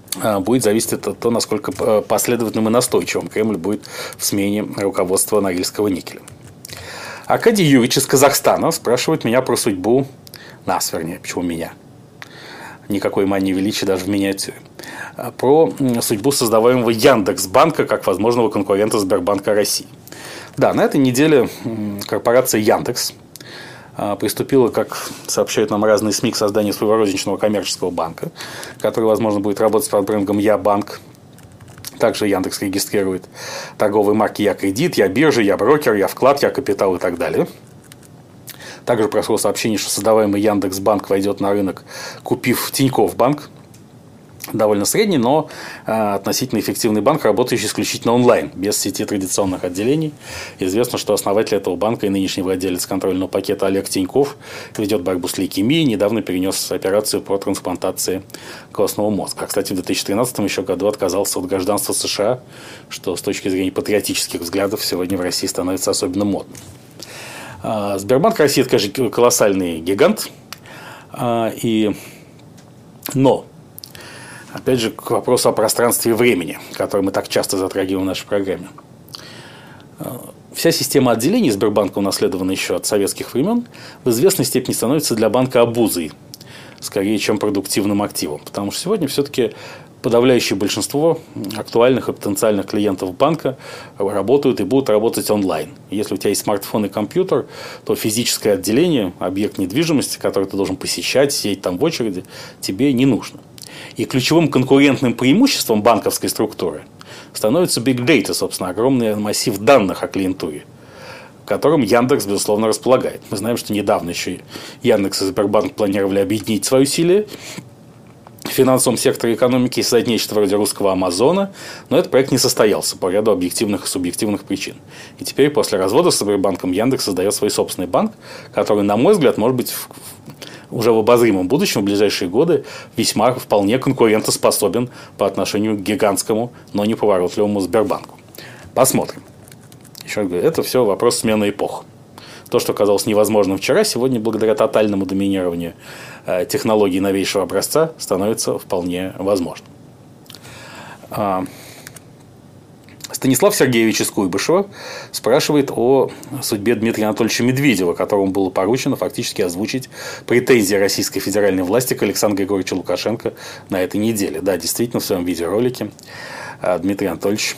будет зависеть от того, насколько последовательным и настойчивым Кремль будет в смене руководства Норильского никеля. Аркадий Юрьевич из Казахстана спрашивает меня про судьбу нас, вернее, почему меня? Никакой мании величия даже в миниатюре. Про судьбу создаваемого Яндекс.Банка как возможного конкурента Сбербанка России. Да, на этой неделе корпорация Яндекс приступила, как сообщают нам разные СМИ, к созданию своего розничного коммерческого банка, который, возможно, будет работать под брендом Я-банк. Также Яндекс регистрирует торговые марки Я-кредит, Я-биржа, Я-брокер, Я-вклад, Я-капитал и так далее. Также прошло сообщение, что создаваемый Яндекс.Банк войдет на рынок, купив Тинькофф банк. Довольно средний, но э, относительно эффективный банк, работающий исключительно онлайн, без сети традиционных отделений. Известно, что основатель этого банка и нынешний владелец контрольного пакета Олег Тинькофф ведет борьбу с лейкемией, недавно перенес операцию по трансплантации костного мозга. А, кстати, в две тысячи тринадцатом еще году отказался от гражданства США, что с точки зрения патриотических взглядов сегодня в России становится особенно модным. Э, Сбербанк России – это, конечно, колоссальный гигант, э, и... но... Опять же, к вопросу о пространстве и времени, который мы так часто затрагиваем в нашей программе. Вся система отделений Сбербанка, унаследована еще от советских времен, в известной степени становится для банка обузой, скорее, чем продуктивным активом. Потому что сегодня все-таки подавляющее большинство актуальных и потенциальных клиентов банка работают и будут работать онлайн. Если у тебя есть смартфон и компьютер, то физическое отделение, объект недвижимости, который ты должен посещать, сидеть там в очереди, тебе не нужно. И ключевым конкурентным преимуществом банковской структуры становится Big Data, собственно, огромный массив данных о клиентуре, которым Яндекс, безусловно, располагает. Мы знаем, что недавно еще Яндекс и Сбербанк планировали объединить свои усилия в финансовом секторе экономики и создать нечто вроде русского Амазона, но этот проект не состоялся по ряду объективных и субъективных причин. И теперь, после развода с Сбербанком, Яндекс создает свой собственный банк, который, на мой взгляд, может быть уже в обозримом будущем, в ближайшие годы, весьма вполне конкурентоспособен по отношению к гигантскому, но неповоротливому Сбербанку. Посмотрим. Еще раз говорю, это все вопрос смены эпох. То, что казалось невозможным вчера, сегодня, благодаря тотальному доминированию э, технологий новейшего образца, становится вполне возможным. А... Станислав Сергеевич из Куйбышева спрашивает о судьбе Дмитрия Анатольевича Медведева, которому было поручено фактически озвучить претензии российской федеральной власти к Александру Григорьевичу Лукашенко на этой неделе. Да, действительно, в своем видеоролике Дмитрий Анатольевич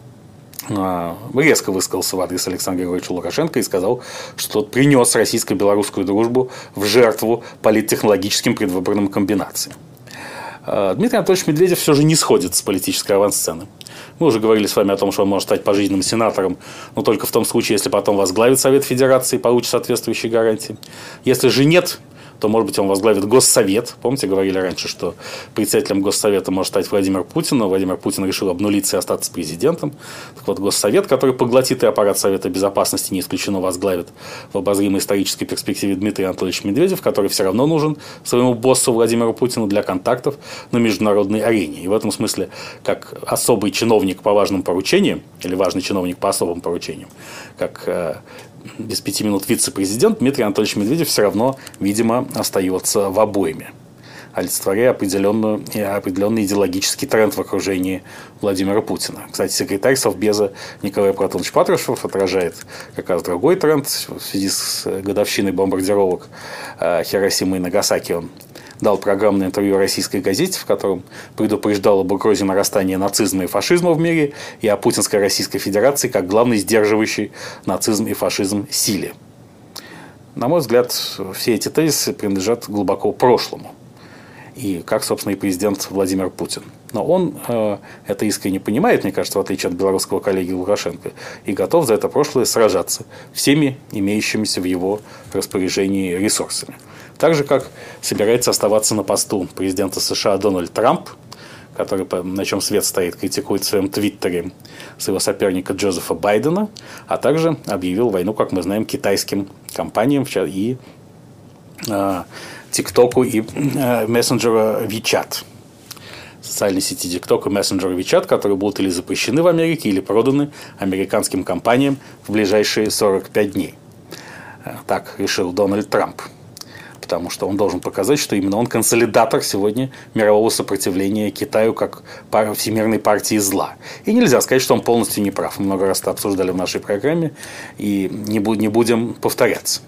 резко высказался в адрес Александра Григорьевича Лукашенко и сказал, что тот принес российско-белорусскую дружбу в жертву политтехнологическим предвыборным комбинациям. Дмитрий Анатольевич Медведев все же не сходит с политической авансцены. Мы уже говорили с вами о том, что он может стать пожизненным сенатором, но только в том случае, если потом возглавит Совет Федерации и получит соответствующие гарантии. Если же нет, то, может быть, он возглавит Госсовет. Помните, говорили раньше, что председателем Госсовета может стать Владимир Путин, но Владимир Путин решил обнулиться и остаться президентом. Так вот, Госсовет, который поглотит и аппарат Совета Безопасности, не исключено, возглавит в обозримой исторической перспективе Дмитрий Анатольевич Медведев, который все равно нужен своему боссу Владимиру Путину для контактов на международной арене. И в этом смысле, как особый чиновник по важным поручениям, или важный чиновник по особым поручениям, как без пяти минут вице-президент, Дмитрий Анатольевич Медведев все равно, видимо, остается в обойме, олицетворяя определенную, определенный идеологический тренд в окружении Владимира Путина. Кстати, секретарь Совбеза Николай Платонович Патрушев отражает как раз другой тренд. В связи с годовщиной бомбардировок Хиросимы и Нагасаки он дал программное интервью российской газете, в котором предупреждал об угрозе нарастания нацизма и фашизма в мире и о путинской Российской Федерации как главной сдерживающей нацизм и фашизм силе. На мой взгляд, все эти тезисы принадлежат глубоко прошлому. И как, собственно, и президент Владимир Путин. Но он э, это искренне понимает, мне кажется, в отличие от белорусского коллеги Лукашенко, и готов за это прошлое сражаться всеми имеющимися в его распоряжении ресурсами. Так же, как собирается оставаться на посту президента США Дональд Трамп, который, на чем свет стоит, критикует в своем твиттере своего соперника Джозефа Байдена, а также объявил войну, как мы знаем, китайским компаниям и э, ТикТоку и э, мессенджера WeChat. Социальной сети TikTok и мессенджера WeChat, которые будут или запрещены в Америке, или проданы американским компаниям в ближайшие сорок пять дней. Так решил Дональд Трамп. потому что он должен показать, что именно он консолидатор сегодня мирового сопротивления Китаю как всемирной партии зла. И нельзя сказать, что он полностью не прав. Мы много раз это обсуждали в нашей программе, и не будем повторяться.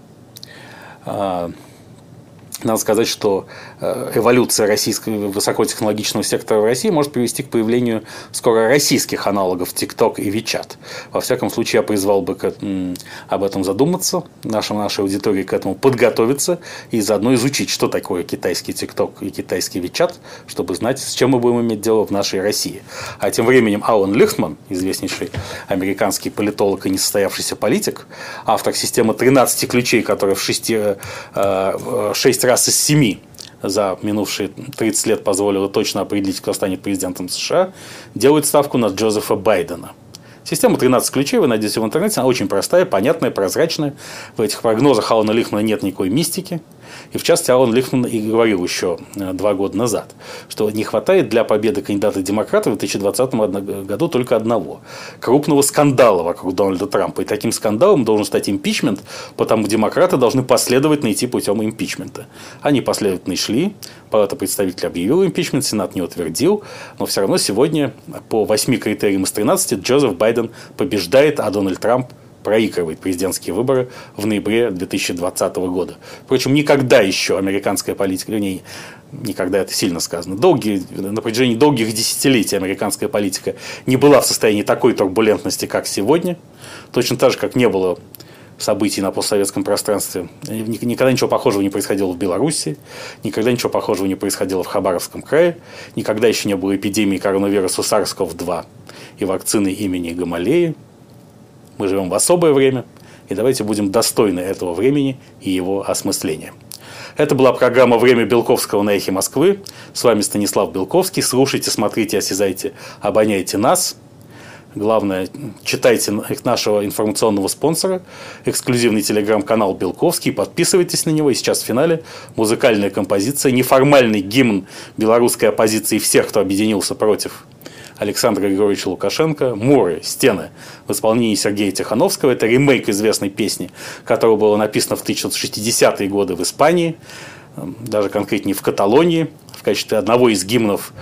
Надо сказать, что эволюция российского высокотехнологичного сектора в России может привести к появлению скоро российских аналогов TikTok и WeChat. Во всяком случае, я призвал бы к, об этом задуматься, нашей, нашей аудитории к этому подготовиться и заодно изучить, что такое китайский TikTok и китайский WeChat, чтобы знать, с чем мы будем иметь дело в нашей России. А тем временем Алан Лихтман, известнейший американский политолог и несостоявшийся политик, автор системы тринадцати ключей, которая в шести, шесть раз из семи за минувшие тридцать лет позволила точно определить, кто станет президентом США, делает ставку на Джозефа Байдена. Система тринадцати ключей вы найдете в интернете. Она очень простая, понятная, прозрачная. В этих прогнозах Алана Лихтмана нет никакой мистики. И в частности, Алан Лихтман и говорил еще два года назад, что не хватает для победы кандидата-демократа в две тысячи двадцатом году только одного – крупного скандала вокруг Дональда Трампа. И таким скандалом должен стать импичмент, потому что демократы должны последовательно идти путем импичмента. Они последовательно шли, Палата представителей объявила импичмент, Сенат не утвердил, но все равно сегодня по восьми критериям из тринадцати Джозеф Байден побеждает, а Дональд Трамп проигрывает президентские выборы в ноябре две тысячи двадцатого года. Впрочем, никогда еще американская политика, вернее, никогда это сильно сказано, долгие, на протяжении долгих десятилетий американская политика не была в состоянии такой турбулентности, как сегодня. Точно так же, как не было событий на постсоветском пространстве. Никогда ничего похожего не происходило в Беларуси, никогда ничего похожего не происходило в Хабаровском крае, никогда еще не было эпидемии коронавируса SARS ков два и вакцины имени Гамалеи. Мы живем в особое время, и давайте будем достойны этого времени и его осмысления. Это была программа «Время Белковского» на Эхе Москвы. С вами Станислав Белковский. Слушайте, смотрите, осязайте, обоняйте нас. Главное, читайте нашего информационного спонсора, эксклюзивный телеграм-канал «Белковский», подписывайтесь на него. И сейчас в финале музыкальная композиция, неформальный гимн белорусской оппозиции всех, кто объединился против Александра Григорьевича Лукашенко, «Муры. Стены» в исполнении Сергея Тихановского. Это ремейк известной песни, которая была написана в тысяча девятьсот шестидесятые годы в Испании, даже конкретнее в Каталонии, в качестве одного из гимнов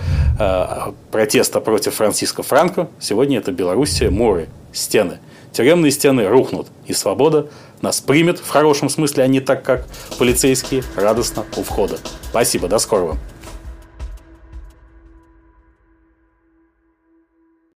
э, протеста против Франциско Франко. Сегодня это Белоруссия, «Муры. Стены». Тюремные стены рухнут, и свобода нас примет в хорошем смысле, а не так, как полицейские, радостно у входа. Спасибо, до скорого.